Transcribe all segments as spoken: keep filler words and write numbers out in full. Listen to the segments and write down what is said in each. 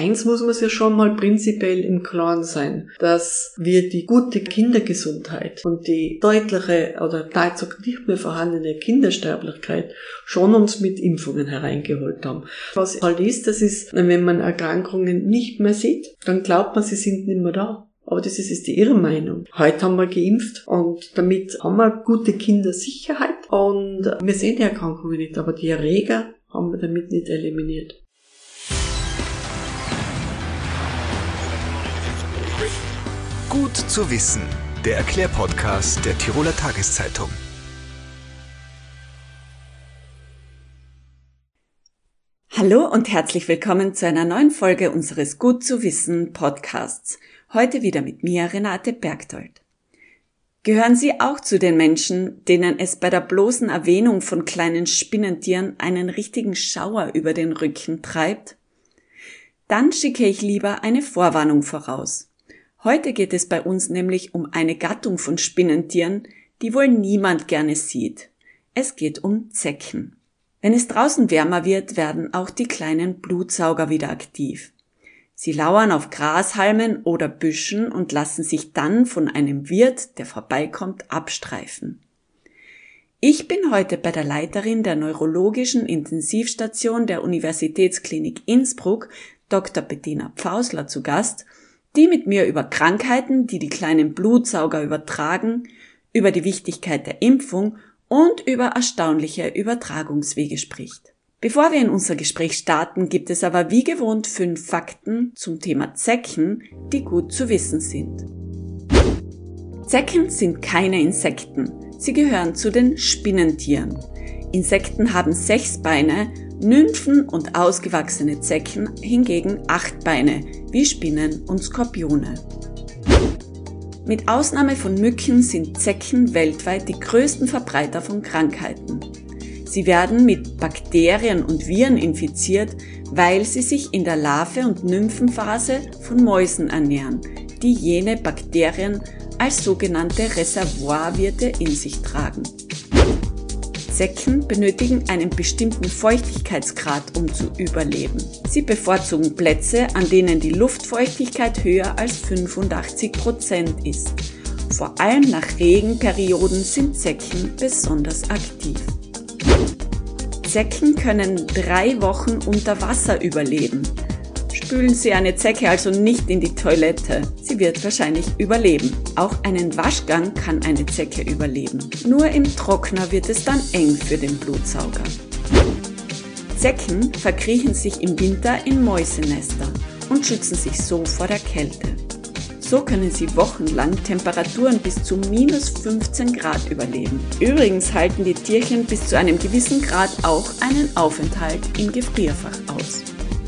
eins muss man sich schon mal prinzipiell im Klaren sein, dass wir die gute Kindergesundheit und die deutliche oder nahezu nicht mehr vorhandene Kindersterblichkeit schon uns mit Impfungen hereingeholt haben. Was halt ist, das ist, wenn man Erkrankungen nicht mehr sieht, dann glaubt man, sie sind nicht mehr da. Aber das ist, ist die ihre Meinung. Heute haben wir geimpft und damit haben wir gute Kindersicherheit und wir sehen die Erkrankungen nicht, aber die Erreger haben wir damit nicht eliminiert. Gut zu wissen, der Erklärpodcast der Tiroler Tageszeitung. Hallo und herzlich willkommen zu einer neuen Folge unseres Gut zu wissen Podcasts. Heute wieder mit mir, Renate Bergdold. Gehören Sie auch zu den Menschen, denen es bei der bloßen Erwähnung von kleinen Spinnentieren einen richtigen Schauer über den Rücken treibt? Dann schicke ich lieber eine Vorwarnung voraus. Heute geht es bei uns nämlich um eine Gattung von Spinnentieren, die wohl niemand gerne sieht. Es geht um Zecken. Wenn es draußen wärmer wird, werden auch die kleinen Blutsauger wieder aktiv. Sie lauern auf Grashalmen oder Büschen und lassen sich dann von einem Wirt, der vorbeikommt, abstreifen. Ich bin heute bei der Leiterin der neurologischen Intensivstation der Universitätsklinik Innsbruck, Doktor Bettina Pfausler, zu Gast, die mit mir über Krankheiten, die die kleinen Blutsauger übertragen, über die Wichtigkeit der Impfung und über erstaunliche Übertragungswege spricht. Bevor wir in unser Gespräch starten, gibt es aber wie gewohnt fünf Fakten zum Thema Zecken, die gut zu wissen sind. Zecken sind keine Insekten. Sie gehören zu den Spinnentieren. Insekten haben sechs Beine, Nymphen und ausgewachsene Zecken hingegen acht Beine, wie Spinnen und Skorpione. Mit Ausnahme von Mücken sind Zecken weltweit die größten Verbreiter von Krankheiten. Sie werden mit Bakterien und Viren infiziert, weil sie sich in der Larve- und Nymphenphase von Mäusen ernähren, die jene Bakterien als sogenannte Reservoirwirte in sich tragen. Zecken benötigen einen bestimmten Feuchtigkeitsgrad, um zu überleben. Sie bevorzugen Plätze, an denen die Luftfeuchtigkeit höher als fünfundachtzig Prozent ist. Vor allem nach Regenperioden sind Zecken besonders aktiv. Zecken können drei Wochen unter Wasser überleben. Spülen Sie eine Zecke also nicht in die Toilette. Sie wird wahrscheinlich überleben. Auch einen Waschgang kann eine Zecke überleben. Nur im Trockner wird es dann eng für den Blutsauger. Zecken verkriechen sich im Winter in Mäusenester und schützen sich so vor der Kälte. So können sie wochenlang Temperaturen bis zu minus fünfzehn Grad überleben. Übrigens halten die Tierchen bis zu einem gewissen Grad auch einen Aufenthalt im Gefrierfach aus.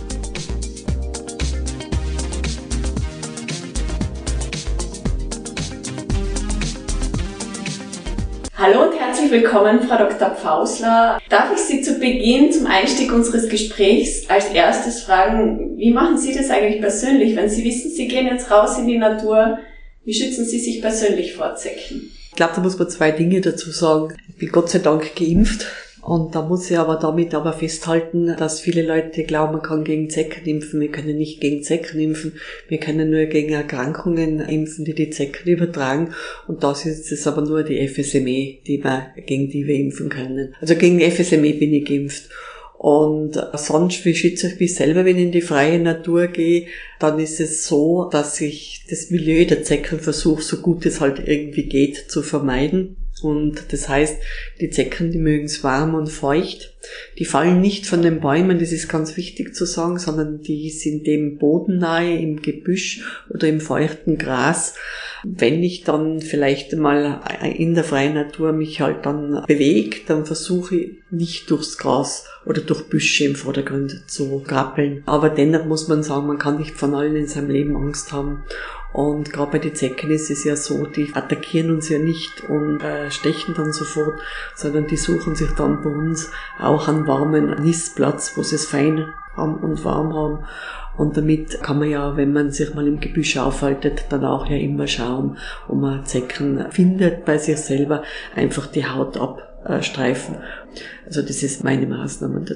Hallo und herzlich willkommen, Frau Doktor Pfausler. Darf ich Sie zu Beginn zum Einstieg unseres Gesprächs als erstes fragen, wie machen Sie das eigentlich persönlich, wenn Sie wissen, Sie gehen jetzt raus in die Natur, wie schützen Sie sich persönlich vor Zecken? Ich glaube, da muss man zwei Dinge dazu sagen. Ich bin Gott sei Dank geimpft. Und da muss ich aber damit aber festhalten, dass viele Leute glauben, man kann gegen Zecken impfen. Wir können nicht gegen Zecken impfen. Wir können nur gegen Erkrankungen impfen, die die Zecken übertragen. Und das ist es aber nur die F S M E, die wir, gegen die wir impfen können. Also gegen F S M E bin ich geimpft. Und sonst, wie schütze ich mich selber, wenn ich in die freie Natur gehe? Dann ist es so, dass ich das Milieu der Zecken versuche, so gut es halt irgendwie geht, zu vermeiden. Und das heißt, die Zecken, die mögen es warm und feucht. Die fallen nicht von den Bäumen, das ist ganz wichtig zu sagen, sondern die sind dem bodennahe, im Gebüsch oder im feuchten Gras. Wenn ich dann vielleicht mal in der freien Natur mich halt dann bewege, dann versuche ich nicht durchs Gras oder durch Büsche im Vordergrund zu krabbeln. Aber dennoch muss man sagen, man kann nicht von allen in seinem Leben Angst haben. Und gerade bei den Zecken ist es ja so, die attackieren uns ja nicht und äh, stechen dann sofort, sondern die suchen sich dann bei uns auch einen warmen Nistplatz, wo sie es fein haben und warm haben. Und damit kann man ja, wenn man sich mal im Gebüsch aufhaltet, dann auch ja immer schauen, ob man Zecken findet bei sich selber, einfach die Haut abstreifen. Also das ist meine Maßnahme dazu.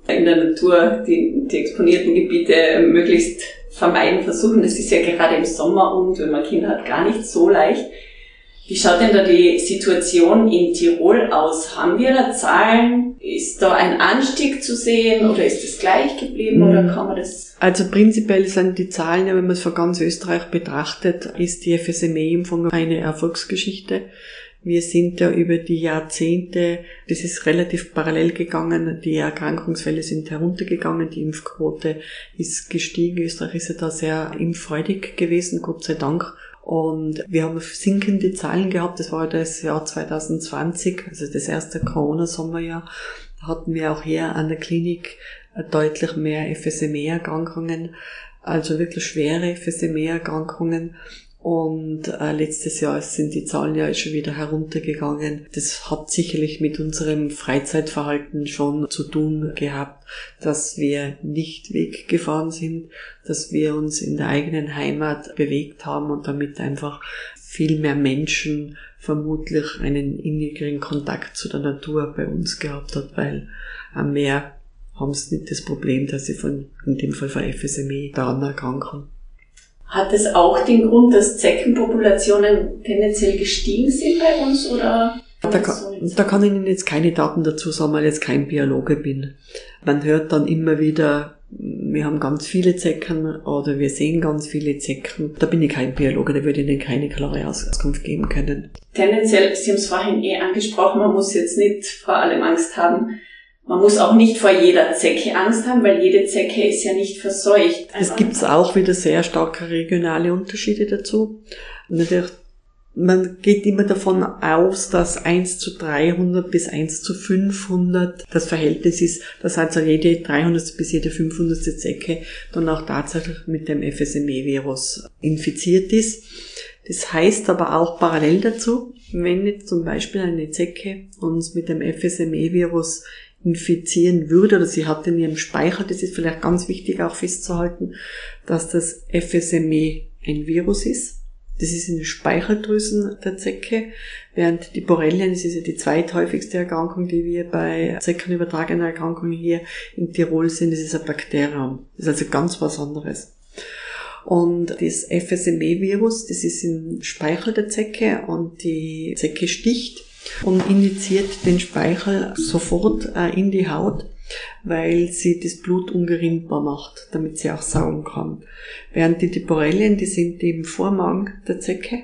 in der Natur die, die exponierten Gebiete möglichst vermeiden versuchen. Das ist ja gerade im Sommer und wenn man Kinder hat, gar nicht so leicht. Wie schaut denn da die Situation in Tirol aus? Haben wir da Zahlen? Ist da ein Anstieg zu sehen oder ist es gleich geblieben mhm. oder kann man das? Also prinzipiell sind die Zahlen, wenn man es für ganz Österreich betrachtet, ist die F S M E-Impfung eine Erfolgsgeschichte. Wir sind ja über die Jahrzehnte, das ist relativ parallel gegangen, die Erkrankungsfälle sind heruntergegangen, die Impfquote ist gestiegen. Österreich ist ja da sehr impffreudig gewesen, Gott sei Dank. Und wir haben sinkende Zahlen gehabt, das war das Jahr zwanzig zwanzig, also das erste Corona-Sommerjahr. Da hatten wir auch hier an der Klinik deutlich mehr F S M E-Erkrankungen, also wirklich schwere F S M E-Erkrankungen. Und äh, letztes Jahr sind die Zahlen ja schon wieder heruntergegangen. Das hat sicherlich mit unserem Freizeitverhalten schon zu tun gehabt, dass wir nicht weggefahren sind, dass wir uns in der eigenen Heimat bewegt haben und damit einfach viel mehr Menschen vermutlich einen innigeren Kontakt zu der Natur bei uns gehabt hat, weil am Meer haben sie nicht das Problem, dass sie von, in dem Fall von F S M E daran erkranken. Hat es auch den Grund, dass Zeckenpopulationen tendenziell gestiegen sind bei uns, oder? Da kann, da kann ich Ihnen jetzt keine Daten dazu sagen, weil ich jetzt kein Biologe bin. Man hört dann immer wieder, wir haben ganz viele Zecken oder wir sehen ganz viele Zecken. Da bin ich kein Biologe, da würde ich Ihnen keine klare Auskunft geben können. Tendenziell, Sie haben es vorhin eh angesprochen, man muss jetzt nicht vor allem Angst haben. Man muss auch nicht vor jeder Zecke Angst haben, weil jede Zecke ist ja nicht verseucht. Es gibt auch wieder sehr starke regionale Unterschiede dazu. Natürlich, man geht immer davon aus, dass eins zu dreihundert bis eins zu fünfhundert das Verhältnis ist, dass also jede dreihundert bis jede fünfhundert Zecke dann auch tatsächlich mit dem F S M E-Virus infiziert ist. Das heißt aber auch parallel dazu, wenn jetzt zum Beispiel eine Zecke uns mit dem F S M E-Virus infizieren würde oder sie hat in ihrem Speicher, das ist vielleicht ganz wichtig auch festzuhalten, dass das F S M E ein Virus ist. Das ist in den Speicheldrüsen der Zecke, während die Borrelien, das ist ja die zweithäufigste Erkrankung, die wir bei zeckenübertragenen Erkrankungen hier in Tirol sehen, das ist ein Bakterium. Das ist also ganz was anderes. Und das F S M E-Virus, das ist im Speichel der Zecke und die Zecke sticht und injiziert den Speichel sofort äh, in die Haut, weil sie das Blut ungerinnbar macht, damit sie auch saugen kann. Während die, die Borrelien, die sind im Vormagen der Zecke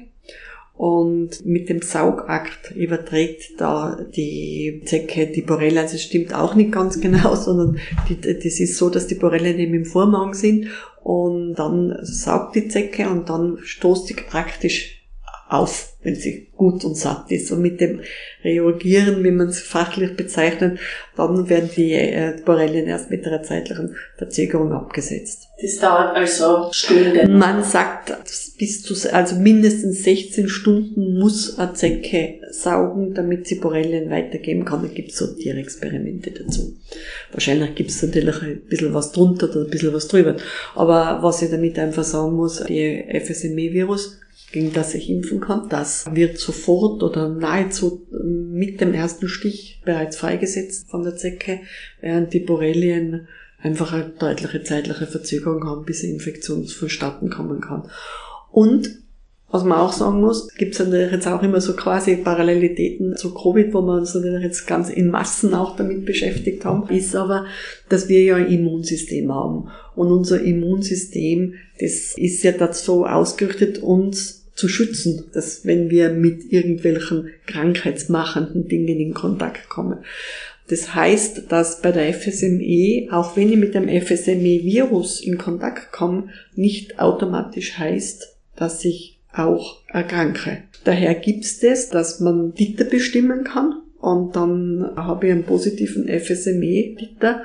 und mit dem Saugakt überträgt da die Zecke die Borrelien. Also es stimmt auch nicht ganz genau, sondern die, das ist so, dass die Borrelien eben im Vormagen sind und dann saugt die Zecke und dann stoßt die praktisch auf, wenn sie gut und satt ist. Und mit dem Reagieren, wie man es fachlich bezeichnet, dann werden die äh, Borrelien erst mit einer zeitlichen Verzögerung abgesetzt. Das dauert also Stunden. Man sagt, bis zu, also mindestens sechzehn Stunden muss eine Zecke saugen, damit sie Borrelien weitergeben kann. Da gibt es so Tierexperimente dazu. Wahrscheinlich gibt es natürlich ein bisschen was drunter oder ein bisschen was drüber. Aber was ich damit einfach sagen muss, die F S M E-Virus, gegen das ich impfen kann, das wird sofort oder nahezu mit dem ersten Stich bereits freigesetzt von der Zecke, während die Borrelien einfach eine deutliche zeitliche Verzögerung haben, bis eine Infektion vonstatten kommen kann. Und, was man auch sagen muss, gibt es natürlich jetzt auch immer so quasi Parallelitäten zu Covid, wo wir uns natürlich jetzt ganz in Massen auch damit beschäftigt haben, ist aber, dass wir ja ein Immunsystem haben. Und unser Immunsystem, das ist ja dazu ausgerichtet, uns zu schützen, dass wenn wir mit irgendwelchen krankheitsmachenden Dingen in Kontakt kommen. Das heißt, dass bei der F S M E, auch wenn ich mit dem F S M E-Virus in Kontakt komme, nicht automatisch heißt, dass ich auch erkranke. Daher gibt es das, dass man Titer bestimmen kann und dann habe ich einen positiven F S M E-Titer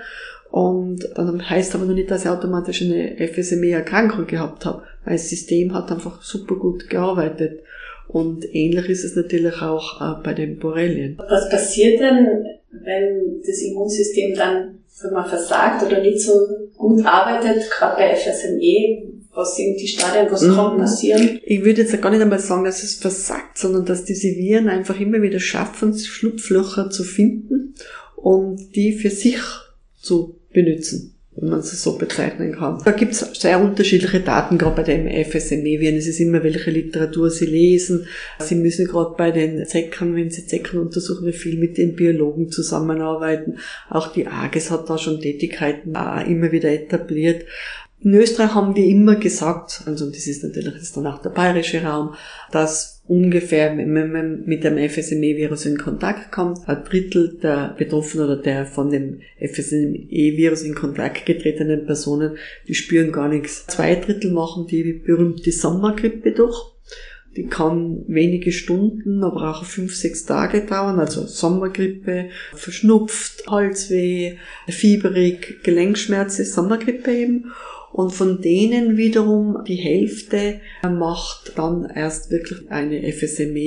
und dann heißt aber noch nicht, dass ich automatisch eine F S M E-Erkrankung gehabt habe, weil das System hat einfach super gut gearbeitet. Und ähnlich ist es natürlich auch äh, bei den Borrelien. Was passiert denn, wenn das Immunsystem dann, wenn man versagt oder nicht so gut arbeitet, gerade bei F S M E? Was sind die Stadien, was mhm. kann passieren? Ich würde jetzt gar nicht einmal sagen, dass es versagt, sondern dass diese Viren einfach immer wieder schaffen, Schlupflöcher zu finden und die für sich zu benutzen, wenn man es so bezeichnen kann. Da gibt es sehr unterschiedliche Daten, gerade bei dem F S M E-Viren. Es ist immer, welche Literatur Sie lesen. Sie müssen gerade bei den Zeckern, wenn Sie Zecken untersuchen, viel mit den Biologen zusammenarbeiten. Auch die A G E S hat da schon Tätigkeiten auch immer wieder etabliert. In Österreich haben wir immer gesagt, also das ist natürlich jetzt dann auch der bayerische Raum, dass ungefähr, wenn man mit dem F S M E-Virus in Kontakt kommt, ein Drittel der Betroffenen oder der von dem F S M E-Virus in Kontakt getretenen Personen, die spüren gar nichts. Zwei Drittel machen die berühmte Sommergrippe durch. Die kann wenige Stunden, aber auch fünf, sechs Tage dauern, also Sommergrippe, verschnupft, Halsweh, fieberig, Gelenkschmerzen, Sommergrippe eben. Und von denen wiederum die Hälfte macht dann erst wirklich eine F S M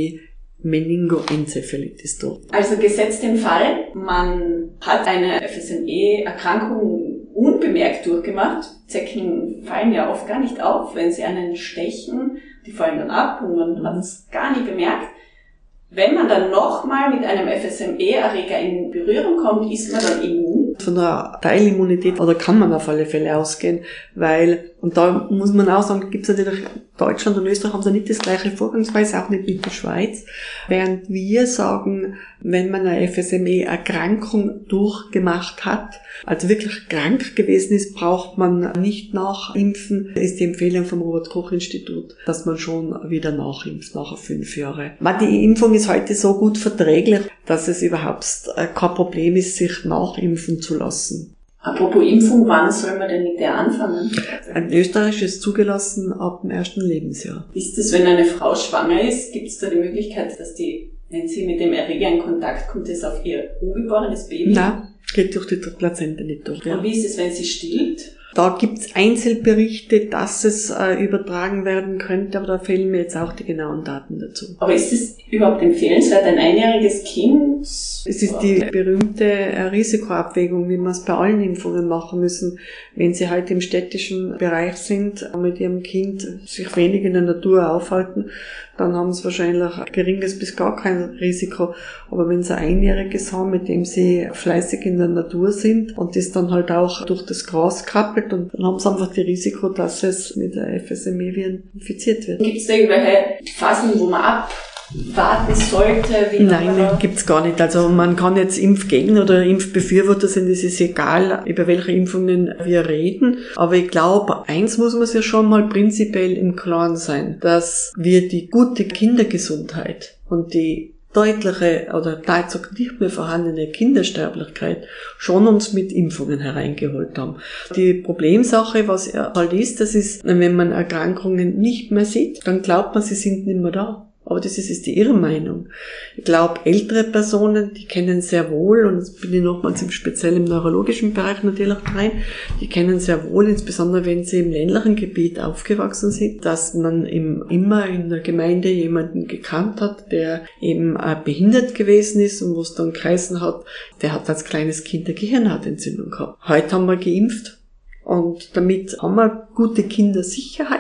E-Meningoenzephalitis durch. Also gesetzt den Fall, man hat eine F S M E-Erkrankung unbemerkt durchgemacht. Zecken fallen ja oft gar nicht auf, wenn sie einen stechen, die fallen dann ab und man hat es gar nie bemerkt. Wenn man dann nochmal mit einem F S M E-Erreger in Berührung kommt, ist man dann immun? Von einer Teilimmunität, oder kann man auf alle Fälle ausgehen, weil, und da muss man auch sagen, gibt es natürlich, Deutschland und Österreich haben da nicht das gleiche Vorgangsweise, auch nicht mit der Schweiz, während wir sagen, wenn man eine F S M E-Erkrankung durchgemacht hat, also wirklich krank gewesen ist, braucht man nicht nachimpfen, ist die Empfehlung vom Robert-Koch-Institut, dass man schon wieder nachimpft, nach fünf Jahren. Die Impfung ist heute so gut verträglich, dass es überhaupt kein Problem ist, sich nachimpfen zu lassen. Apropos Impfung, wann soll man denn mit der anfangen? In Österreich ist zugelassen ab dem ersten Lebensjahr. Ist es, wenn eine Frau schwanger ist, gibt es da die Möglichkeit, dass die, wenn sie mit dem Erreger in Kontakt kommt, das auf ihr ungeborenes Baby? Nein, geht durch die Plazenta nicht durch. Ja. Und wie ist es, wenn sie stillt? Da gibt's Einzelberichte, dass es äh, übertragen werden könnte, aber da fehlen mir jetzt auch die genauen Daten dazu. Aber ist es überhaupt empfehlenswert, ein einjähriges Kind? Es ist die berühmte äh, Risikoabwägung, wie wir es bei allen Impfungen machen müssen. Wenn Sie halt im städtischen Bereich sind, mit Ihrem Kind sich wenig in der Natur aufhalten, dann haben Sie wahrscheinlich ein geringes bis gar kein Risiko. Aber wenn Sie ein Einjähriges haben, mit dem Sie fleißig in der Natur sind und das dann halt auch durch das Gras krabbelt, und dann haben Sie einfach das Risiko, dass es mit der F S M E-Viren infiziert wird. Gibt es da irgendwelche Phasen, wo man abwarten sollte? Wie Nein, gibt's gar nicht. Also man kann jetzt Impfgegner oder Impfbefürworter sein, das ist egal, über welche Impfungen wir reden. Aber ich glaube, eins muss man sich schon mal prinzipiell im Klaren sein, dass wir die gute Kindergesundheit und die deutliche oder teils nicht mehr vorhandene Kindersterblichkeit schon uns mit Impfungen hereingeholt haben. Die Problemsache, was halt ist, das ist, wenn man Erkrankungen nicht mehr sieht, dann glaubt man, sie sind nicht mehr da. Aber das ist, ist die ihre Meinung. Ich glaube, ältere Personen, die kennen sehr wohl, und jetzt bin ich nochmals im speziell im neurologischen Bereich natürlich rein, die kennen sehr wohl, insbesondere wenn sie im ländlichen Gebiet aufgewachsen sind, dass man im, immer in der Gemeinde jemanden gekannt hat, der eben äh, behindert gewesen ist und wo es dann geheißen hat, der hat als kleines Kind eine Gehirnhautentzündung gehabt. Heute haben wir geimpft und damit haben wir gute Kindersicherheit.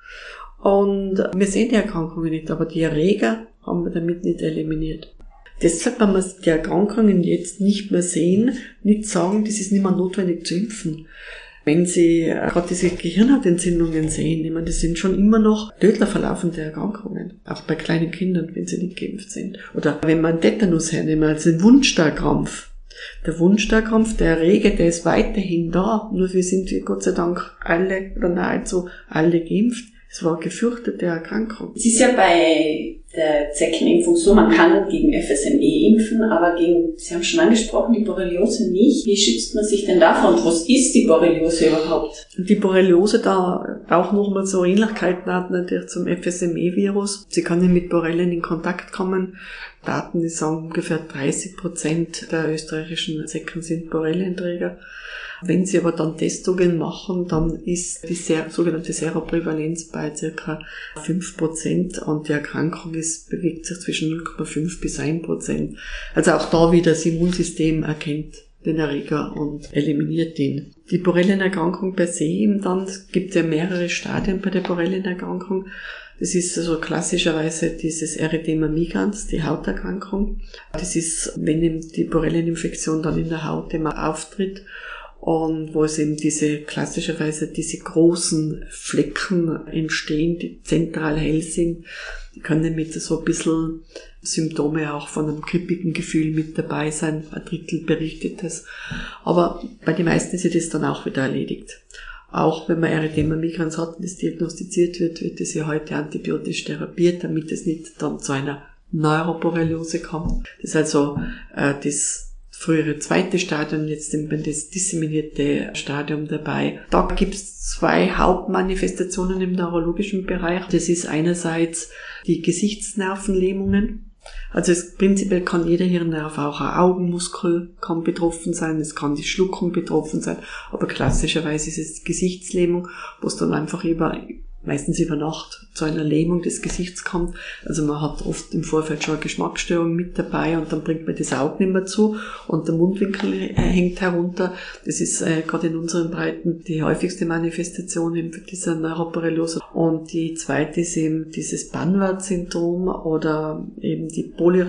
Und wir sehen die Erkrankungen nicht, aber die Erreger haben wir damit nicht eliminiert. Deshalb, wenn wir die Erkrankungen jetzt nicht mehr sehen, nicht sagen, das ist nicht mehr notwendig zu impfen. Wenn Sie gerade diese Gehirnhautentzündungen sehen, ich meine, das sind schon immer noch tödlich verlaufende Erkrankungen, auch bei kleinen Kindern, wenn sie nicht geimpft sind. Oder wenn man einen Tetanus hernimmt, also den Wundstarkrampf. Der Wundstarkrampf, der Erreger, der ist weiterhin da, nur wir sind Gott sei Dank alle oder nahezu alle geimpft. Es war eine gefürchtete Erkrankung. Es ist ja bei der Zeckenimpfung so, man kann gegen F S M E impfen, aber gegen, Sie haben schon angesprochen, die Borreliose nicht. Wie schützt man sich denn davon? Und was ist die Borreliose überhaupt? Die Borreliose, da auch nochmal so Ähnlichkeiten hat natürlich zum F S M E-Virus. Sie kann ja mit Borrelien in Kontakt kommen. Daten, die sagen, ungefähr dreißig Prozent der österreichischen Zecken sind Borrelienträger. Wenn Sie aber dann Testungen machen, dann ist die sehr, sogenannte Seroprävalenz bei circa fünf Prozent und die Erkrankung ist, bewegt sich zwischen null Komma fünf bis ein Prozent. Also auch da wieder das Immunsystem erkennt den Erreger und eliminiert ihn. Die Borrelienerkrankung per se eben dann, es gibt ja mehrere Stadien bei der Borrelienerkrankung. Das ist also klassischerweise dieses Erythema migrans, die Hauterkrankung. Das ist, wenn eben die Borrelieninfektion dann in der Haut immer auftritt. und wo es eben diese, klassischerweise diese großen Flecken entstehen, die zentral hell sind. Die können mit so ein bisschen Symptome auch von einem krippigen Gefühl mit dabei sein, ein Drittel berichtet es. Aber bei den meisten ist das dann auch wieder erledigt. Auch wenn man Erythema migrans hat und das diagnostiziert wird, wird es ja heute antibiotisch therapiert, damit es nicht dann zu einer Neuroborreliose kommt. Das ist also äh, das frühere zweite Stadium, jetzt sind wir das disseminierte Stadium dabei. Da gibt es zwei Hauptmanifestationen im neurologischen Bereich. Das ist einerseits die Gesichtsnervenlähmungen. Also es, prinzipiell kann jeder Hirnnerv, auch ein Augenmuskel kann betroffen sein, es kann die Schluckung betroffen sein, aber klassischerweise ist es die Gesichtslähmung, wo es dann einfach über meistens über Nacht zu einer Lähmung des Gesichts kommt. Also man hat oft im Vorfeld schon eine Geschmacksstörung mit dabei und dann bringt man das Auge nicht mehr zu und der Mundwinkel äh, hängt herunter. Das ist äh, gerade in unseren Breiten die häufigste Manifestation eben für diese Neuroborreliose. Und die zweite ist eben dieses Banwart-Syndrom oder eben die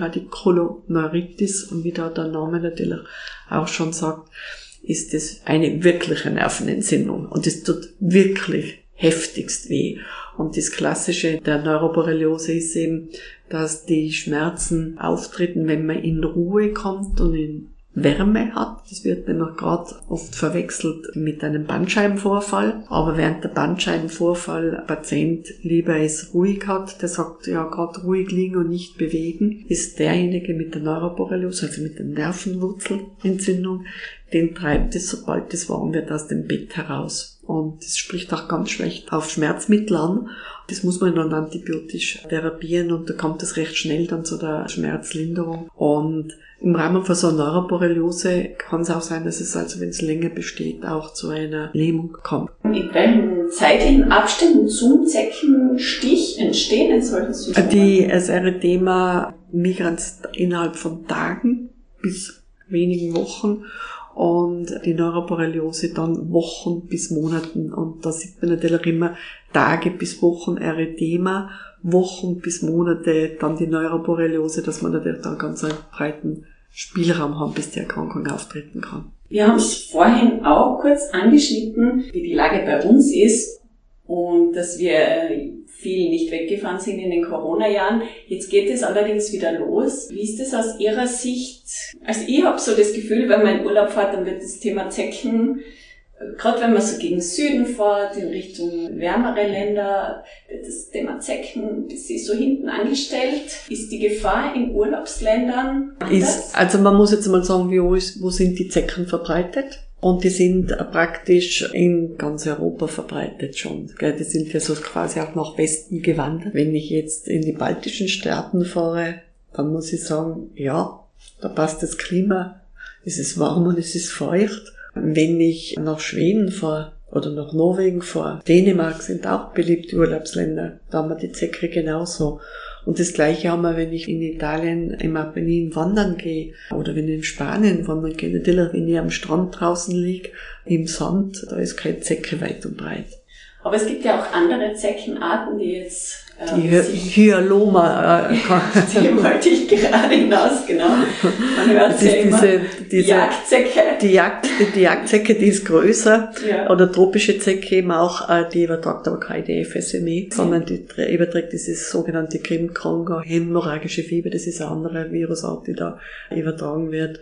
Polyradiculoneuritis, und wie da der Name natürlich auch schon sagt, ist das eine wirkliche Nervenentzündung und es tut wirklich heftigst weh. Und das Klassische der Neuroborreliose ist eben, dass die Schmerzen auftreten, wenn man in Ruhe kommt und in Wärme hat. Das wird nämlich gerade oft verwechselt mit einem Bandscheibenvorfall. Aber während der Bandscheibenvorfall ein Patient lieber es ruhig hat, der sagt ja gerade ruhig liegen und nicht bewegen, ist derjenige mit der Neuroborreliose, also mit der Nervenwurzelentzündung, den treibt es, sobald es warm wird, aus dem Bett heraus. Und das spricht auch ganz schlecht auf Schmerzmittel an. Das muss man dann antibiotisch therapieren und da kommt es recht schnell dann zu der Schmerzlinderung. Und im Rahmen von so einer Neuroborreliose kann es auch sein, dass es also, wenn es länger besteht, auch zu einer Lähmung kommt. In welchen zeitlichen Abständen zum Zeckenstich entstehen in solchen Symptomen? Die das Erythema migrans innerhalb von Tagen bis wenigen Wochen. Und die Neuroborreliose dann Wochen bis Monaten. Und da sieht man natürlich immer Tage bis Wochen Erythema, Wochen bis Monate dann die Neuroborreliose, dass man natürlich da ganz einen breiten Spielraum haben, bis die Erkrankung auftreten kann. Wir haben es vorhin auch kurz angeschnitten, wie die Lage bei uns ist und dass wir viel nicht weggefahren sind in den Corona-Jahren. Jetzt geht es allerdings wieder los. Wie ist das aus Ihrer Sicht? Also ich habe so das Gefühl, wenn man in Urlaub fährt, dann wird das Thema Zecken, gerade wenn man so gegen Süden fährt, in Richtung wärmere Länder, wird das Thema Zecken, das ist so hinten angestellt. Ist die Gefahr in Urlaubsländern anders? Ist, also man muss jetzt mal sagen, wo, ist, wo sind die Zecken verbreitet? Und die sind praktisch in ganz Europa verbreitet schon. Die sind ja so quasi auch nach Westen gewandert. Wenn ich jetzt in die baltischen Staaten fahre, dann muss ich sagen, ja, da passt das Klima, es ist warm und es ist feucht. Wenn ich nach Schweden fahre oder nach Norwegen fahre, Dänemark sind auch beliebte Urlaubsländer, da haben wir die Zecke genauso. Und das Gleiche haben wir, wenn ich in Italien im Apennin wandern gehe oder wenn ich in Spanien wandern gehe. Natürlich, wenn ich am Strand draußen liege, im Sand, da ist keine Zecke weit und breit. Aber es gibt ja auch andere Zeckenarten, die jetzt... Ähm, die Hyaloma. Äh, die wollte ich gerade hinaus, genau. Man hört das ja ist immer, diese, diese, die Jagdzecke. Die, Jagd, die Jagdzecke, die ist größer. Ja. Oder tropische Zecke eben auch, äh, die übertragt aber keine F S M E, sondern die überträgt dieses sogenannte Grimm-Kranke, hämorrhagische Fieber, das ist eine andere Virusart, die da übertragen wird.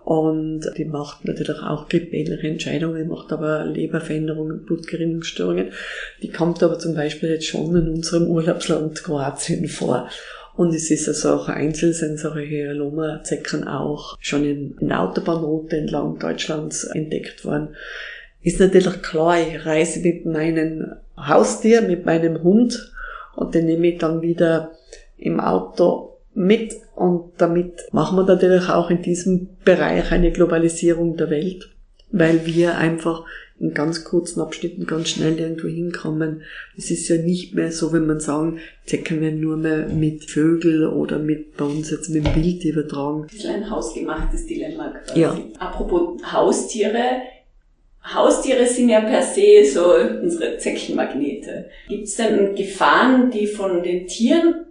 Und die macht natürlich auch grippähnliche Entscheidungen, macht aber Leberveränderungen, Blutgerinnungsstörungen. Die kommt aber zum Beispiel jetzt schon in unserem Urlaubsland Kroatien vor. Und es ist also auch einzeln solche Hyaloma-Zecken auch schon in, in Autobahnroute entlang Deutschlands entdeckt worden. Ist natürlich klar, ich reise mit meinem Haustier, mit meinem Hund und den nehme ich dann wieder im Auto mit, und damit machen wir natürlich auch in diesem Bereich eine Globalisierung der Welt, weil wir einfach in ganz kurzen Abschnitten ganz schnell irgendwo hinkommen. Es ist ja nicht mehr so, wenn man sagen, Zecken werden nur mehr mit Vögeln oder mit, bei uns jetzt mit dem Wild übertragen. Das ist ein hausgemachtes Dilemma quasi. Ja. Apropos Haustiere. Haustiere sind ja per se so unsere Zeckenmagnete. Gibt es denn Gefahren, die von den Tieren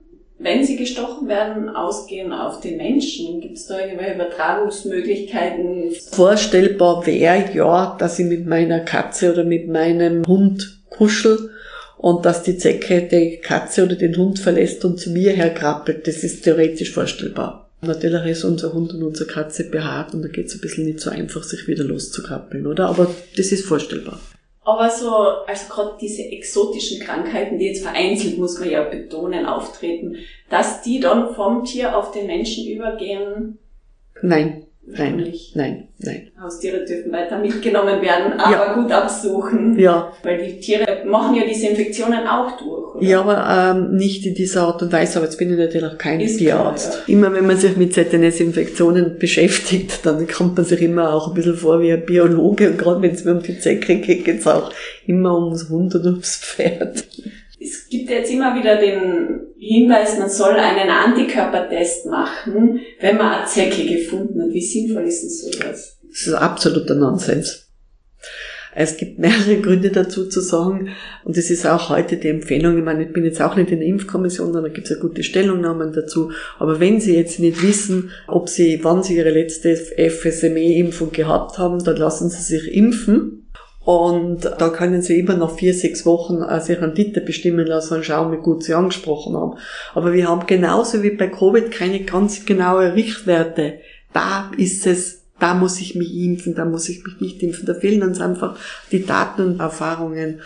wenn sie gestochen werden, ausgehen auf den Menschen? Gibt es da irgendwelche Übertragungsmöglichkeiten? Vorstellbar wäre ja, dass ich mit meiner Katze oder mit meinem Hund kuschel und dass die Zecke die Katze oder den Hund verlässt und zu mir herkrabbelt. Das ist theoretisch vorstellbar. Natürlich ist unser Hund und unsere Katze behaart und da geht es ein bisschen nicht so einfach, sich wieder loszukrabbeln, oder? Aber das ist vorstellbar. Aber so, also gerade diese exotischen Krankheiten, die jetzt vereinzelt, muss man ja betonen, auftreten, dass die dann vom Tier auf den Menschen übergehen? Nein, nein, nein, nein. Haustiere dürfen weiter mitgenommen werden, aber ja. gut absuchen. Ja. Weil die Tiere machen ja diese Infektionen auch durch, oder? Ja, aber ähm, nicht in dieser Art und Weise. Aber jetzt bin ich natürlich auch kein Ist Tierarzt. Klar, ja. Immer wenn man sich mit Z N S-Infektionen beschäftigt, dann kommt man sich immer auch ein bisschen vor wie ein Biologe. Und gerade wenn es mir um die Zecke geht, geht es auch immer ums Hund und ums Pferd. Es gibt jetzt immer wieder den Hinweis, man soll einen Antikörpertest machen, wenn man eine Zecke gefunden hat. Wie sinnvoll ist denn sowas? Das ist absoluter Nonsens. Es gibt mehrere Gründe dazu zu sagen, und das ist auch heute die Empfehlung. Ich meine, ich bin jetzt auch nicht in der Impfkommission, da gibt es ja gute Stellungnahmen dazu. Aber wenn Sie jetzt nicht wissen, ob Sie, wann Sie Ihre letzte F S M E-Impfung gehabt haben, dann lassen Sie sich impfen. Und da können Sie immer nach vier, sechs Wochen sich einen Titer bestimmen lassen und schauen, wie gut Sie angesprochen haben. Aber wir haben genauso wie bei Covid keine ganz genaue Richtwerte. Da ist es, da muss ich mich impfen, da muss ich mich nicht impfen. Da fehlen uns einfach die Daten und Erfahrungen.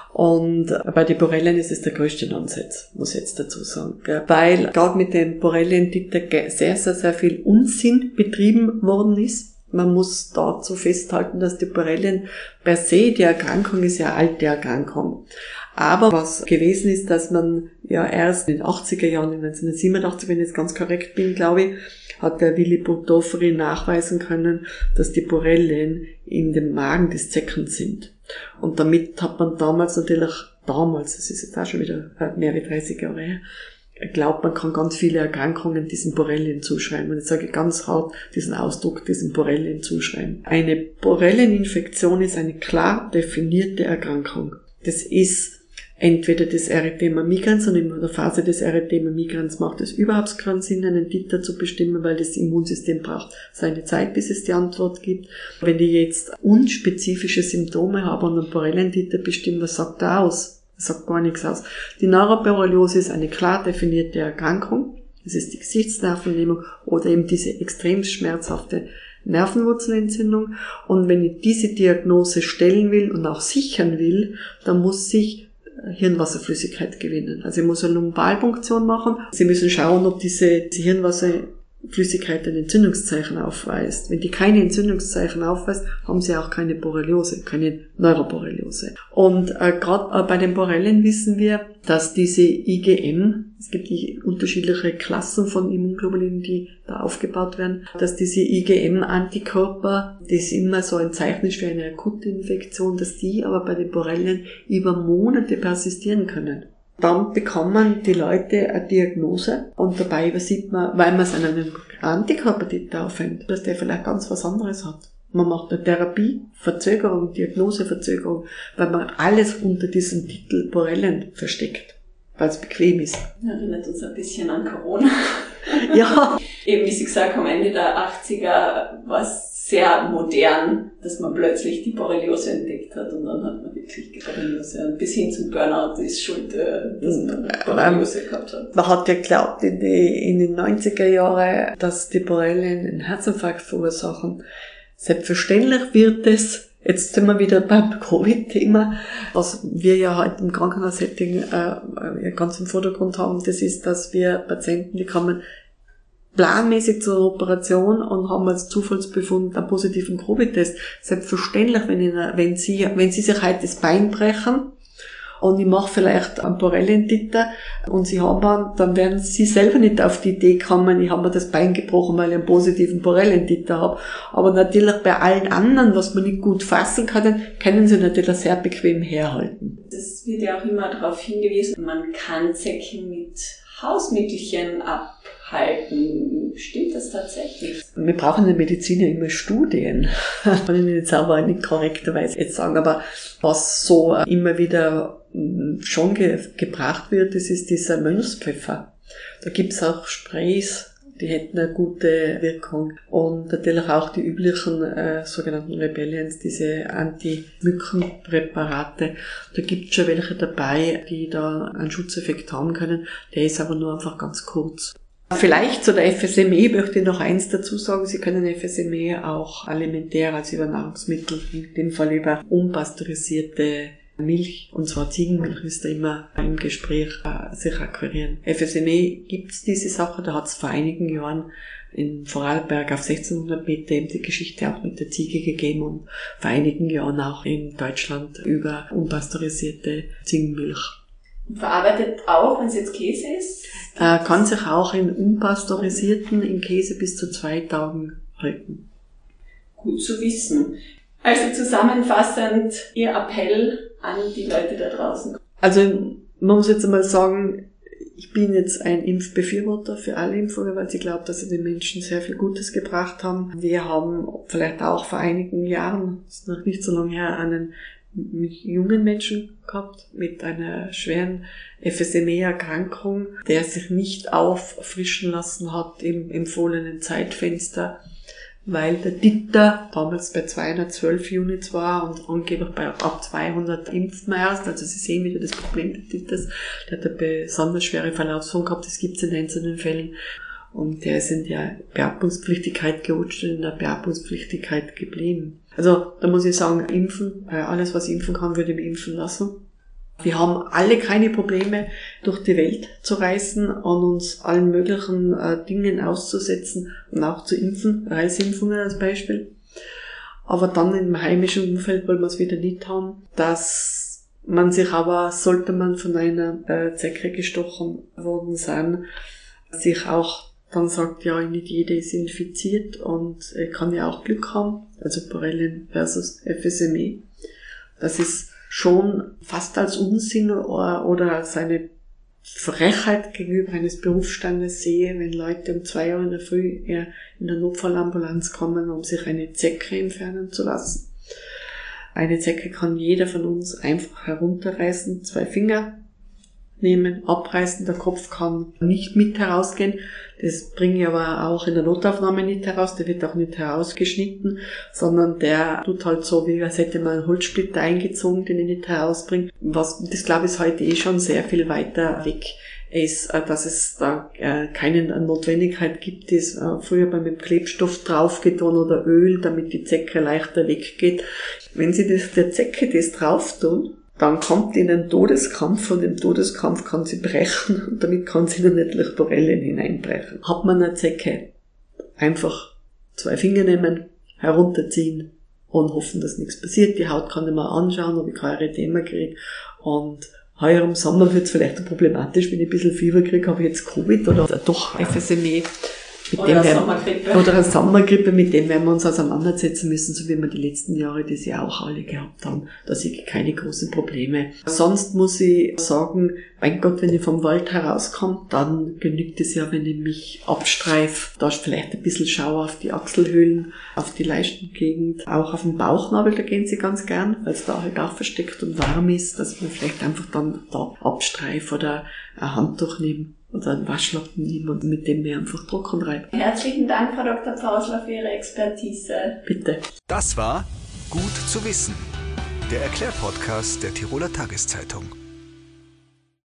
Und bei den Borrelien ist es der größte Nonsens, muss ich jetzt dazu sagen. Weil gerade mit dem Borrelien-Titer sehr, sehr, sehr viel Unsinn betrieben worden ist. Man muss dazu festhalten, dass die Borrelien per se, die Erkrankung ist ja eine alte Erkrankung. Aber was gewesen ist, dass man ja erst in den achtziger Jahren, in neunzehnhundertsiebenundachtzig, wenn ich jetzt ganz korrekt bin, glaube ich, hat der Willy Butofri nachweisen können, dass die Borrelien in dem Magen des Zeckens sind. Und damit hat man damals natürlich, damals, das ist jetzt auch schon wieder mehr wie dreißig Jahre her, glaubt, man kann ganz viele Erkrankungen diesen Borrelien zuschreiben. Und ich sage ganz hart diesen Ausdruck, diesen Borrelien zuschreiben. Eine Borrelieninfektion ist eine klar definierte Erkrankung. Das ist entweder das Erythema migrans, und in der Phase des Erythema migrans macht es überhaupt keinen Sinn, einen Titer zu bestimmen, weil das Immunsystem braucht seine Zeit, bis es die Antwort gibt. Wenn ich jetzt unspezifische Symptome habe und einen Borrelien-Titer bestimmen, was sagt er aus? Sagt gar nichts aus. Die Neuroborreliose ist eine klar definierte Erkrankung. Das ist die Gesichtsnervenlähmung oder eben diese extrem schmerzhafte Nervenwurzelentzündung. Und wenn ich diese Diagnose stellen will und auch sichern will, dann muss ich Hirnwasserflüssigkeit gewinnen. Also ich muss eine Lumbalpunktion machen. Sie müssen schauen, ob diese Hirnwasserflüssigkeit ein Entzündungszeichen aufweist. Wenn die keine Entzündungszeichen aufweist, haben sie auch keine Borreliose, keine Neuroborreliose. Und äh, gerade äh, bei den Borrelien wissen wir, dass diese I G M, es gibt die unterschiedliche Klassen von Immunglobulinen, die da aufgebaut werden, dass diese I G M-Antikörper, das immer so ein Zeichen ist für eine akute Infektion, dass die aber bei den Borrelien über Monate persistieren können. Dann bekommen die Leute eine Diagnose und dabei übersieht man, weil man es an einem Antikörpertiter aufhängt, dass der vielleicht ganz was anderes hat. Man macht eine Therapie, Verzögerung, Diagnoseverzögerung, weil man alles unter diesem Titel Borrelien versteckt, weil es bequem ist. Erinnert uns ein bisschen an Corona. Ja. Eben, wie Sie gesagt haben, Ende der achtziger war es sehr modern, dass man plötzlich die Borreliose entdeckt hat und dann hat man wirklich die Borreliose. Und bis hin zum Burnout ist schuld, dass man Borreliose ähm, gehabt hat. Man hat ja geglaubt in, die, in den neunziger Jahren, dass die Borrelien einen Herzinfarkt verursachen. Selbstverständlich wird es, jetzt sind wir wieder beim Covid-Thema, was wir ja heute im Krankenhaussetting äh, ganz im Vordergrund haben, das ist, dass wir Patienten, die kommen planmäßig zur Operation und haben als Zufallsbefund einen positiven Covid-Test. Selbstverständlich, wenn, ich, wenn, Sie, wenn Sie sich heute das Bein brechen und ich mache vielleicht einen Borrelien-Titer und Sie haben einen, dann werden Sie selber nicht auf die Idee kommen, ich habe mir das Bein gebrochen, weil ich einen positiven Borrelien-Titer habe. Aber natürlich bei allen anderen, was man nicht gut fassen kann, können Sie natürlich sehr bequem herhalten. Es wird ja auch immer darauf hingewiesen, man kann Zecken mit Hausmittelchen abhalten. Stimmt das tatsächlich? Wir brauchen in der Medizin ja immer Studien. Kann ich jetzt aber nicht korrekterweise jetzt sagen, aber was so immer wieder schon ge- gebracht wird, das ist dieser Mönchspfeffer. Da gibt's auch Sprays, die hätten eine gute Wirkung. Und natürlich auch die üblichen äh, sogenannten Repellents, diese Anti-Mücken-Präparate. Da gibt's schon welche dabei, die da einen Schutzeffekt haben können. Der ist aber nur einfach ganz kurz. Vielleicht zu der F S M E möchte ich noch eins dazu sagen. Sie können F S M E auch alimentär, also über Nahrungsmittel, in dem Fall über unpasteurisierte Milch, und zwar Ziegenmilch, ist da immer im Gespräch, äh, sich akquirieren. F S M E gibt's diese Sache, da hat's vor einigen Jahren in Vorarlberg auf sechzehnhundert Meter eben die Geschichte auch mit der Ziege gegeben und vor einigen Jahren auch in Deutschland über unpasteurisierte Ziegenmilch. Verarbeitet auch, wenn es jetzt Käse ist? Äh, kann sich auch in unpasteurisierten, in Käse bis zu zwei Tagen halten. Gut zu wissen. Also zusammenfassend, Ihr Appell an die Leute da draußen. Also man muss jetzt einmal sagen, ich bin jetzt ein Impfbefürworter für alle Impfungen, weil ich glaube, dass sie den Menschen sehr viel Gutes gebracht haben. Wir haben vielleicht auch vor einigen Jahren, ist noch nicht so lange her, einen jungen Menschen gehabt mit einer schweren F S M E-Erkrankung, der sich nicht auffrischen lassen hat im empfohlenen Zeitfenster, weil der Titer damals bei zweihundertzwölf Units war und angeblich bei ab zweihundert impft man erst. Also Sie sehen wieder das Problem des Titers. Der hat eine besonders schwere Verlaufsform gehabt, das gibt es in einzelnen Fällen. Und der ist in der Beatmungspflichtigkeit gerutscht und in der Beatmungspflichtigkeit geblieben. Also da muss ich sagen, impfen, alles was impfen kann, würde ich mich impfen lassen. Wir haben alle keine Probleme, durch die Welt zu reisen und uns allen möglichen äh, Dingen auszusetzen und auch zu impfen, Reisimpfungen als Beispiel. Aber dann im heimischen Umfeld wollen wir es wieder nicht haben, dass man sich aber, sollte man von einer äh, Zecke gestochen worden sein, sich auch dann sagt, ja, nicht jeder ist infiziert und äh, kann ja auch Glück haben, also Borrelien versus F S M E. Das ist schon fast als Unsinn oder als eine Frechheit gegenüber eines Berufsstandes sehe, wenn Leute um zwei Uhr in der Früh eher in der Notfallambulanz kommen, um sich eine Zecke entfernen zu lassen. Eine Zecke kann jeder von uns einfach herunterreißen, zwei Finger nehmen, abreißen, der Kopf kann nicht mit herausgehen. Das bringe ich aber auch in der Notaufnahme nicht heraus, der wird auch nicht herausgeschnitten, sondern der tut halt so, wie als hätte man einen Holzsplitter eingezogen, den ich nicht herausbringe. Was, das glaube ich ist heute eh schon sehr viel weiter weg ist, dass es da keine Notwendigkeit gibt, das früher bei mit Klebstoff draufgetan oder Öl, damit die Zecke leichter weggeht. Wenn Sie das, der Zecke das drauf tun, dann kommt in einen Todeskampf, von dem Todeskampf kann sie brechen und damit kann sie in natürlich Borrelien hineinbrechen. Hat man eine Zecke, einfach zwei Finger nehmen, herunterziehen und hoffen, dass nichts passiert. Die Haut kann ich mir anschauen, ob ich kein Erythema kriege. Und heuer im Sommer wird es vielleicht problematisch, wenn ich ein bisschen Fieber kriege, habe ich jetzt Covid oder doch F S M E. Mit oder dem eine werden, Sommergrippe. Oder eine Sommergrippe, mit dem werden wir uns auseinandersetzen müssen, so wie wir die letzten Jahre das ja auch alle gehabt haben. Da sehe ich keine großen Probleme. Sonst muss ich sagen, mein Gott, wenn ich vom Wald herauskomme, dann genügt es ja, wenn ich mich abstreife. Da ist vielleicht ein bisschen Schauer auf die Achselhöhlen, auf die Leistengegend, auch auf den Bauchnabel, da gehen sie ganz gern, weil es da halt auch versteckt und warm ist, dass man vielleicht einfach dann da abstreife oder ein Handtuch nehmen. Oder einen Waschlappen nehmen und mit dem wir einfach trocken reiben. Herzlichen Dank, Frau Doktor Pfausler, für Ihre Expertise. Bitte. Das war Gut zu wissen, der Erklärpodcast der Tiroler Tageszeitung.